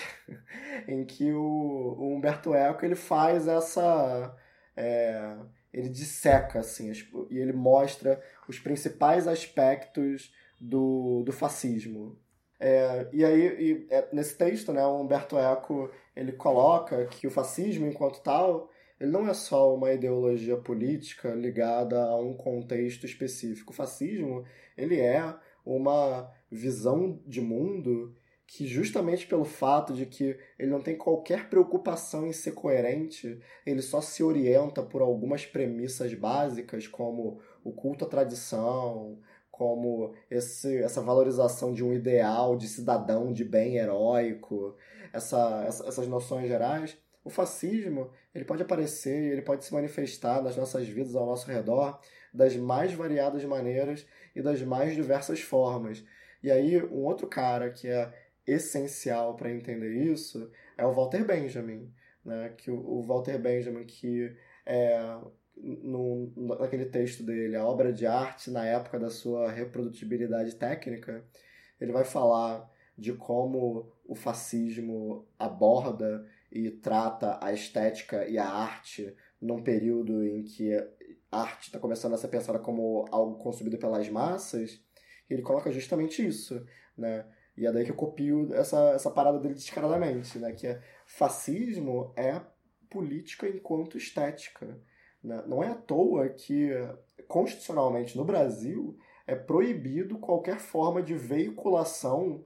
em que o, o Humberto Eco ele faz essa é, ele disseca assim as- e ele mostra os principais aspectos do, do fascismo. É, e aí e, é, nesse texto, né, o Humberto Eco ele coloca que o fascismo enquanto tal ele não é só uma ideologia política ligada a um contexto específico. O fascismo ele é uma visão de mundo que justamente pelo fato de que ele não tem qualquer preocupação em ser coerente, ele só se orienta por algumas premissas básicas, como o culto à tradição, como esse, essa valorização de um ideal de cidadão de bem heróico, essa, essa- essas noções gerais. o fascismo, ele pode aparecer, ele pode se manifestar nas nossas vidas, ao nosso redor, das mais variadas maneiras e das mais diversas formas. E aí, um outro cara que é essencial para entender isso é o Walter Benjamin, né? Que o, o Walter Benjamin, que é, no, naquele texto dele, A Obra de Arte na Época da Sua Reprodutibilidade Técnica, ele vai falar de como o fascismo aborda e trata a estética e a arte num período em que a arte está começando a ser pensada como algo consumido pelas massas. E ele coloca justamente isso, né? E é daí que eu copio essa, essa parada dele descaradamente, né? Que é fascismo é política enquanto estética, né? Não é à toa que, constitucionalmente, no Brasil, é proibido qualquer forma de veiculação,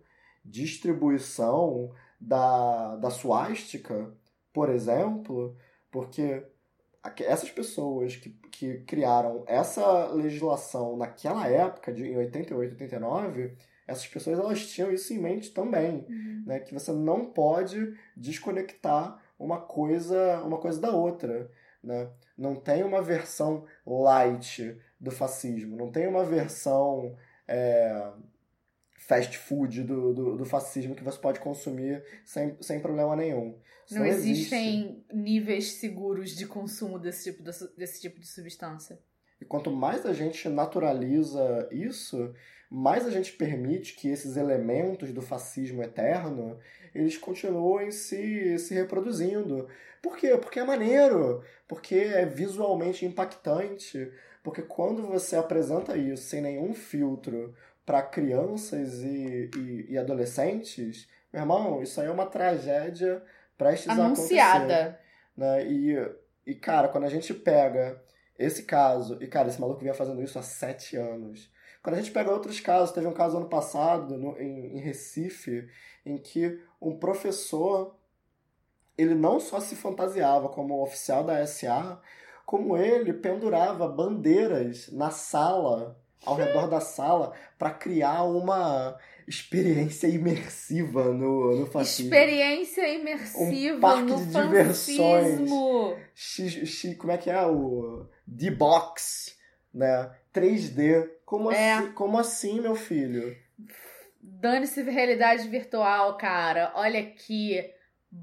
distribuição da, da suástica, por exemplo, porque essas pessoas que, que criaram essa legislação naquela época, de, em oitenta e oito, oitenta e nove, essas pessoas elas tinham isso em mente também, Uhum. né? Que você não pode desconectar uma coisa, uma coisa da outra, né? Não tem uma versão light do fascismo, não tem uma versão é, fast food do, do, do fascismo que você pode consumir sem, sem problema nenhum. Isso Não, não existe. existem níveis seguros de consumo desse tipo de, desse tipo de substância. E quanto mais a gente naturaliza isso, mais a gente permite que esses elementos do fascismo eterno, eles continuem se, se reproduzindo. Por quê? Porque é maneiro, porque é visualmente impactante, porque quando você apresenta isso sem nenhum filtro para crianças e, e, e adolescentes, meu irmão, isso aí é uma tragédia prestes a acontecer. Anunciada. Né? E, e, cara, quando a gente pega esse caso, e, cara, esse maluco vinha fazendo isso há sete anos. Quando a gente pega outros casos, teve um caso ano passado, no, em, em Recife, em que um professor, ele não só se fantasiava como oficial da S A, como ele pendurava bandeiras na sala, ao redor da sala, para criar uma experiência imersiva no, no fascismo. Experiência imersiva um parque no de diversões. fascismo. X, X, como é que é? O D-Box, né? três D. Como, É. assim, como assim, meu filho? Dane-se realidade virtual, cara. Olha aqui.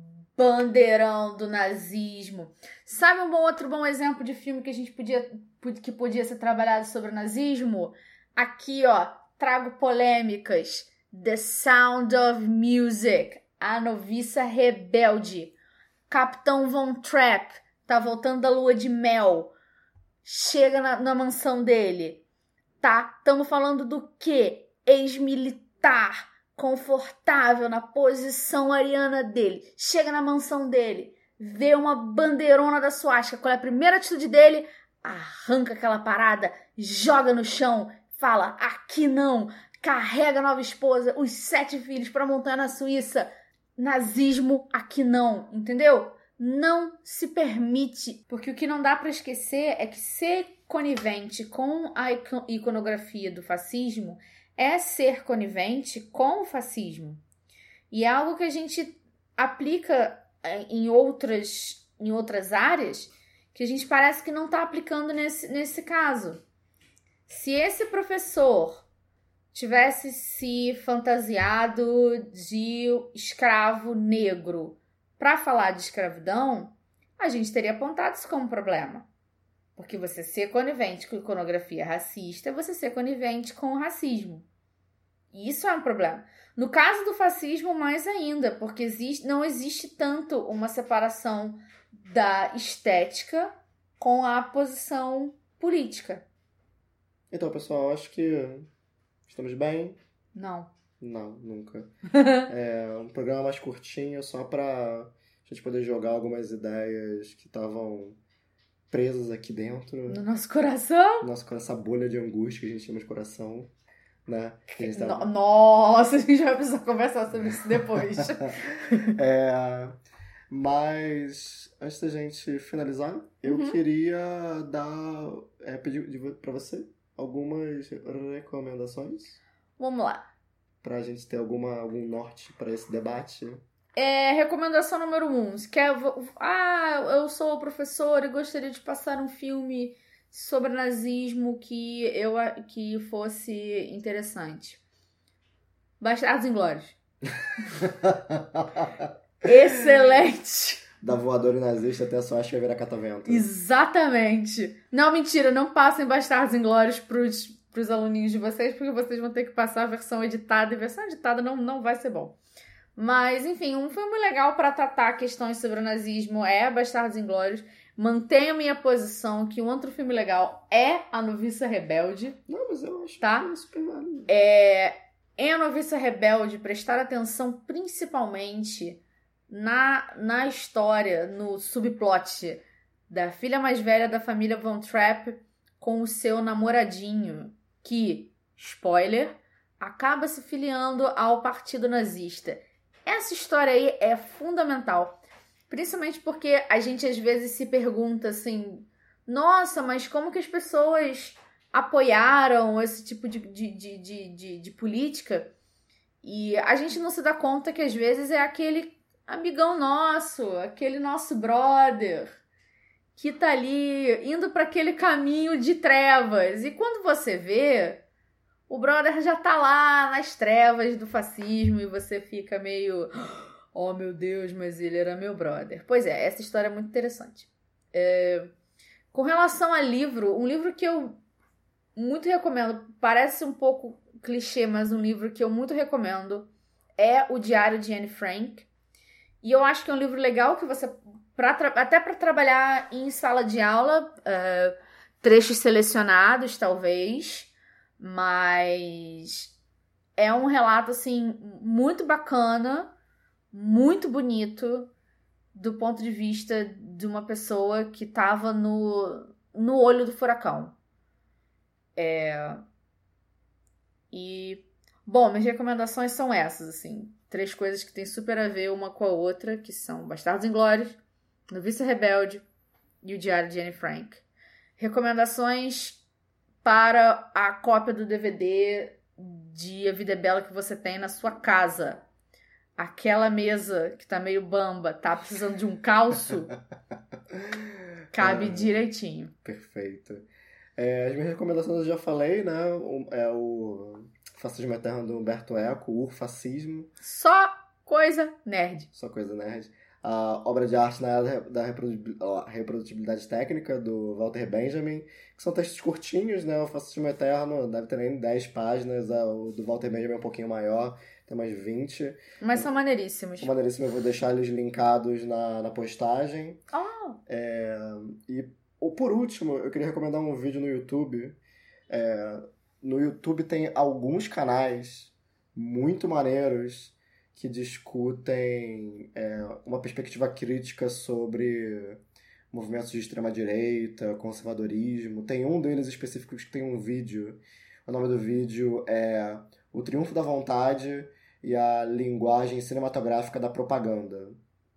Bandeirão do nazismo. Sabe um bom, outro bom exemplo de filme que a gente podia, que podia ser trabalhado sobre o nazismo? Aqui, ó, trago polêmicas. The Sound of Music. A Noviça Rebelde. Capitão Von Trapp tá voltando da lua de mel. Chega na, na mansão dele. Tá? Estamos falando do quê? Ex-militar. Confortável na posição ariana dele. Chega na mansão dele. Vê uma bandeirona da suástica. Qual é a primeira atitude dele? Arranca aquela parada. Joga no chão. Fala, aqui não. Carrega a nova esposa. Os sete filhos pra montanha na Suíça. Nazismo, aqui não. Entendeu? Não se permite. Porque o que não dá pra esquecer é que ser conivente com a iconografia do fascismo é ser conivente com o fascismo. E é algo que a gente aplica em outras, em outras áreas que a gente parece que não está aplicando nesse, nesse caso. Se esse professor tivesse se fantasiado de escravo negro para falar de escravidão, a gente teria apontado isso como problema. Porque você ser conivente com iconografia racista é você ser conivente com o racismo. E isso é um problema. No caso do fascismo, mais ainda, porque existe, não existe tanto uma separação da estética com a posição política. Então, pessoal, acho que estamos bem. Não. Não, nunca. É um programa mais curtinho, só pra gente poder jogar algumas ideias que estavam presas aqui dentro. No nosso coração? Nossa, com essa bolha de angústia que a gente chama de coração, né? Que a gente tava... no, nossa, a gente vai precisar conversar sobre isso depois. é, mas, antes da gente finalizar, eu Uhum. queria dar, é, pedir de- pra você algumas recomendações Vamos lá. pra gente ter alguma, algum norte pra esse debate. É, recomendação número um. Se quer, ah, eu sou professor e gostaria de passar um filme sobre nazismo que, eu, que fosse interessante. Bastardos Inglórios. Excelente! Da voadora nazista até a suástica virar catavento. Exatamente. Não, mentira, não passem Bastardos Inglórios pros, pros aluninhos de vocês, porque vocês vão ter que passar a versão editada, e a versão editada não, não vai ser bom. Mas, enfim, um filme legal para tratar questões sobre o nazismo é Bastardos Inglórios. Mantenho minha posição que um outro filme legal é A Noviça Rebelde. Não, mas eu acho tá? que é super válido. É, em A Noviça Rebelde, prestar atenção principalmente na, na história, no subplot da filha mais velha da família Von Trapp com o seu namoradinho, que, spoiler, acaba se filiando ao partido nazista. Essa história aí é fundamental, principalmente porque a gente às vezes se pergunta assim, nossa, mas como que as pessoas apoiaram esse tipo de, de, de, de, de, de política? E a gente não se dá conta que às vezes é aquele amigão nosso, aquele nosso brother, que tá ali indo para aquele caminho de trevas. E quando você vê, o brother já tá lá nas trevas do fascismo e você fica meio... Oh, meu Deus, mas ele era meu brother. Pois é, essa história é muito interessante. É... Com relação a livro, um livro que eu muito recomendo, parece um pouco clichê, mas um livro que eu muito recomendo é O Diário de Anne Frank. E eu acho que é um livro legal que você... Pra tra... Até para trabalhar em sala de aula, uh, trechos selecionados, talvez, mas é um relato, assim, muito bacana, muito bonito, do ponto de vista de uma pessoa que estava no, no olho do furacão. É... E, bom, minhas recomendações são essas, assim, três coisas que tem super a ver uma com a outra, que são Bastardos Inglórios, Noviça Rebelde e O Diário de Anne Frank. Recomendações para a cópia do D V D de A Vida é Bela que você tem na sua casa. Aquela mesa que tá meio bamba, tá precisando de um calço, cabe ah, direitinho. Perfeito. É, as minhas recomendações eu já falei, né? O, é o Fascismo Eterno do Humberto Eco, o Urfascismo. Só coisa nerd. Só coisa nerd. A obra de arte na era da reprodutibilidade técnica, do Walter Benjamin, que são textos curtinhos, né? O Fascismo Eterno deve ter nem dez páginas, o do Walter Benjamin é um pouquinho maior, tem mais vinte. Mas são maneiríssimos. São maneiríssimos, eu vou deixar eles linkados na, na postagem. Oh. É, e por último, eu queria recomendar um vídeo no YouTube. É, no YouTube tem alguns canais muito maneiros que discutem é, uma perspectiva crítica sobre movimentos de extrema-direita, conservadorismo. Tem um deles específico que tem um vídeo. O nome do vídeo é O Triunfo da Vontade e a Linguagem Cinematográfica da Propaganda.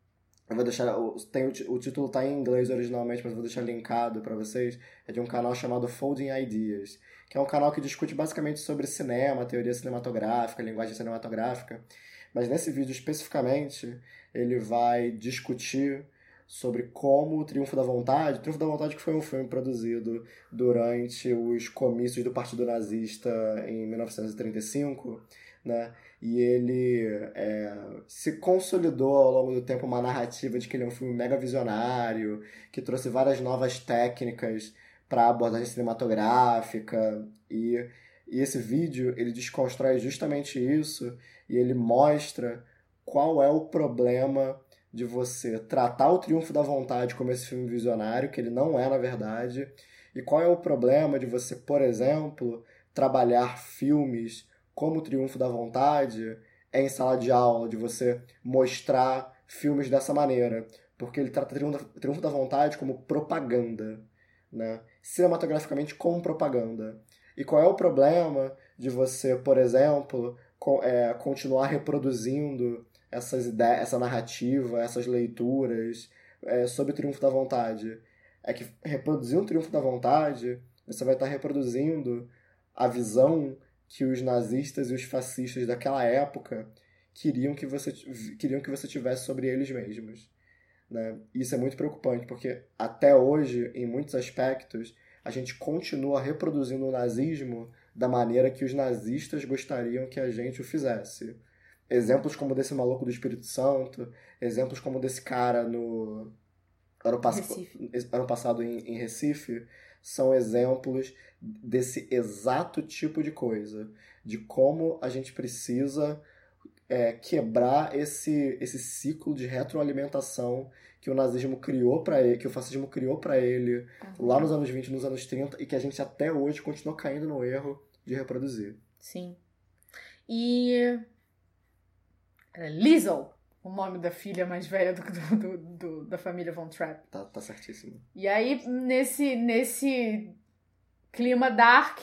Eu vou deixar... Tem, o título está em inglês originalmente, mas eu vou deixar linkado para vocês. É de um canal chamado Folding Ideas, que é um canal que discute basicamente sobre cinema, teoria cinematográfica, linguagem cinematográfica. Mas nesse vídeo especificamente, ele vai discutir sobre como o Triunfo da Vontade... O Triunfo da Vontade que foi um filme produzido durante os comícios do Partido Nazista em mil novecentos e trinta e cinco, né? E ele é, se consolidou ao longo do tempo uma narrativa de que ele é um filme mega visionário, que trouxe várias novas técnicas para a abordagem cinematográfica. E, e esse vídeo, ele desconstrói justamente isso e ele mostra qual é o problema de você tratar o Triunfo da Vontade como esse filme visionário, que ele não é na verdade, e qual é o problema de você, por exemplo, trabalhar filmes como o Triunfo da Vontade em sala de aula, de você mostrar filmes dessa maneira, porque ele trata o Triunfo da Vontade como propaganda, né? Cinematograficamente como propaganda. E qual é o problema de você, por exemplo, é, continuar reproduzindo essas ideias, essa narrativa, essas leituras é, sobre o Triunfo da Vontade? É que reproduzindo o Triunfo da Vontade, você vai estar reproduzindo a visão que os nazistas e os fascistas daquela época queriam que você, queriam que você tivesse sobre eles mesmos. Né? Isso é muito preocupante, porque até hoje, em muitos aspectos, a gente continua reproduzindo o nazismo da maneira que os nazistas gostariam que a gente o fizesse. Exemplos como desse maluco do Espírito Santo, exemplos como desse cara no ano, pass... ano passado em, em Recife, são exemplos desse exato tipo de coisa, de como a gente precisa é, quebrar esse, esse ciclo de retroalimentação que o nazismo criou para ele, que o fascismo criou para ele uhum. lá nos anos vinte, nos anos trinta, e que a gente até hoje continua caindo no erro de reproduzir. Sim. E era Liesel, o nome da filha mais velha do, do, do, da família Von Trapp. Tá, tá certíssimo. E aí, nesse, nesse clima dark,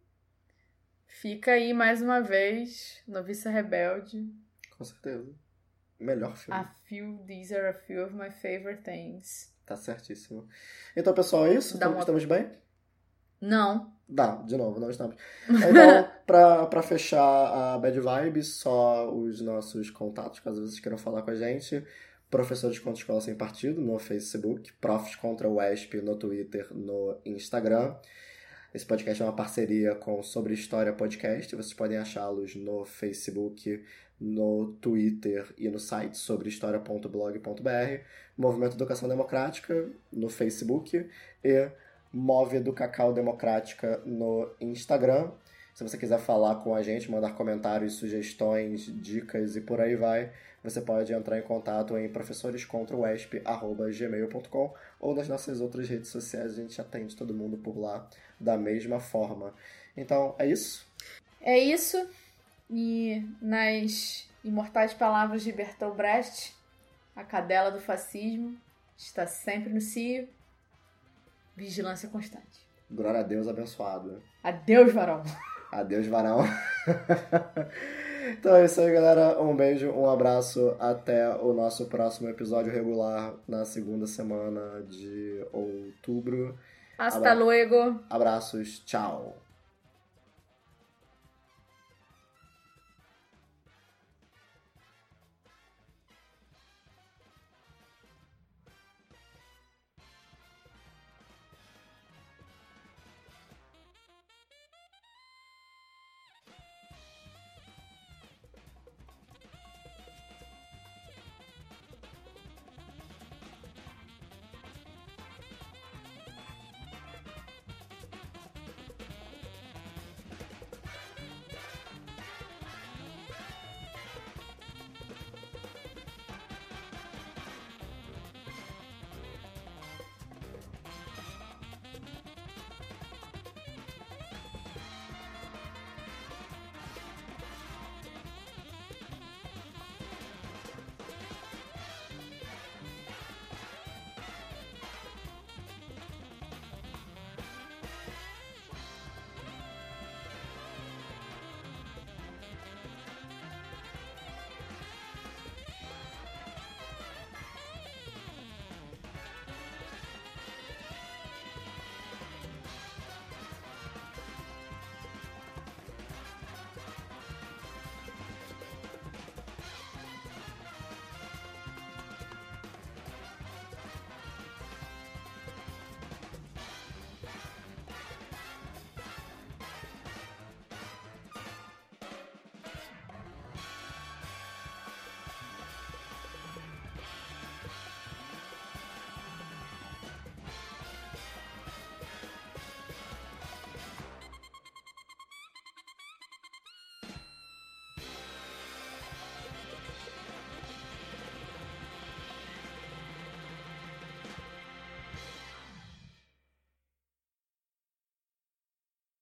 fica aí mais uma vez Noviça Rebelde. Com certeza. Melhor filme. A few, these are a few of my favorite things. Tá certíssimo. Então, pessoal, é isso? Uma... Estamos bem? Não. Dá, de novo, não estamos. Então, pra, pra fechar a Bad Vibes, só os nossos contatos, caso vocês queiram falar com a gente. Professores contra Escola Sem Partido no Facebook, Profs contra o UESP no Twitter, no Instagram. Esse podcast é uma parceria com Sobre História Podcast. Vocês podem achá-los no Facebook, no Twitter e no site sobrehistoria ponto blog ponto b r. Movimento Educação Democrática no Facebook e Move do Cacau Democrática no Instagram. Se você quiser falar com a gente, mandar comentários, sugestões, dicas e por aí vai, você pode entrar em contato em professorescontrauesp arroba gmail ponto com ou nas nossas outras redes sociais. A gente atende todo mundo por lá da mesma forma. Então, é isso? É isso. E nas imortais palavras de Bertolt Brecht, a cadela do fascismo está sempre no cio. Vigilância constante. Glória a Deus abençoado. Adeus, varão. Adeus, varão. Então é isso aí, galera. Um beijo, um abraço. Até o nosso próximo episódio regular na segunda semana de outubro. Hasta Abra... luego. Abraços. Tchau.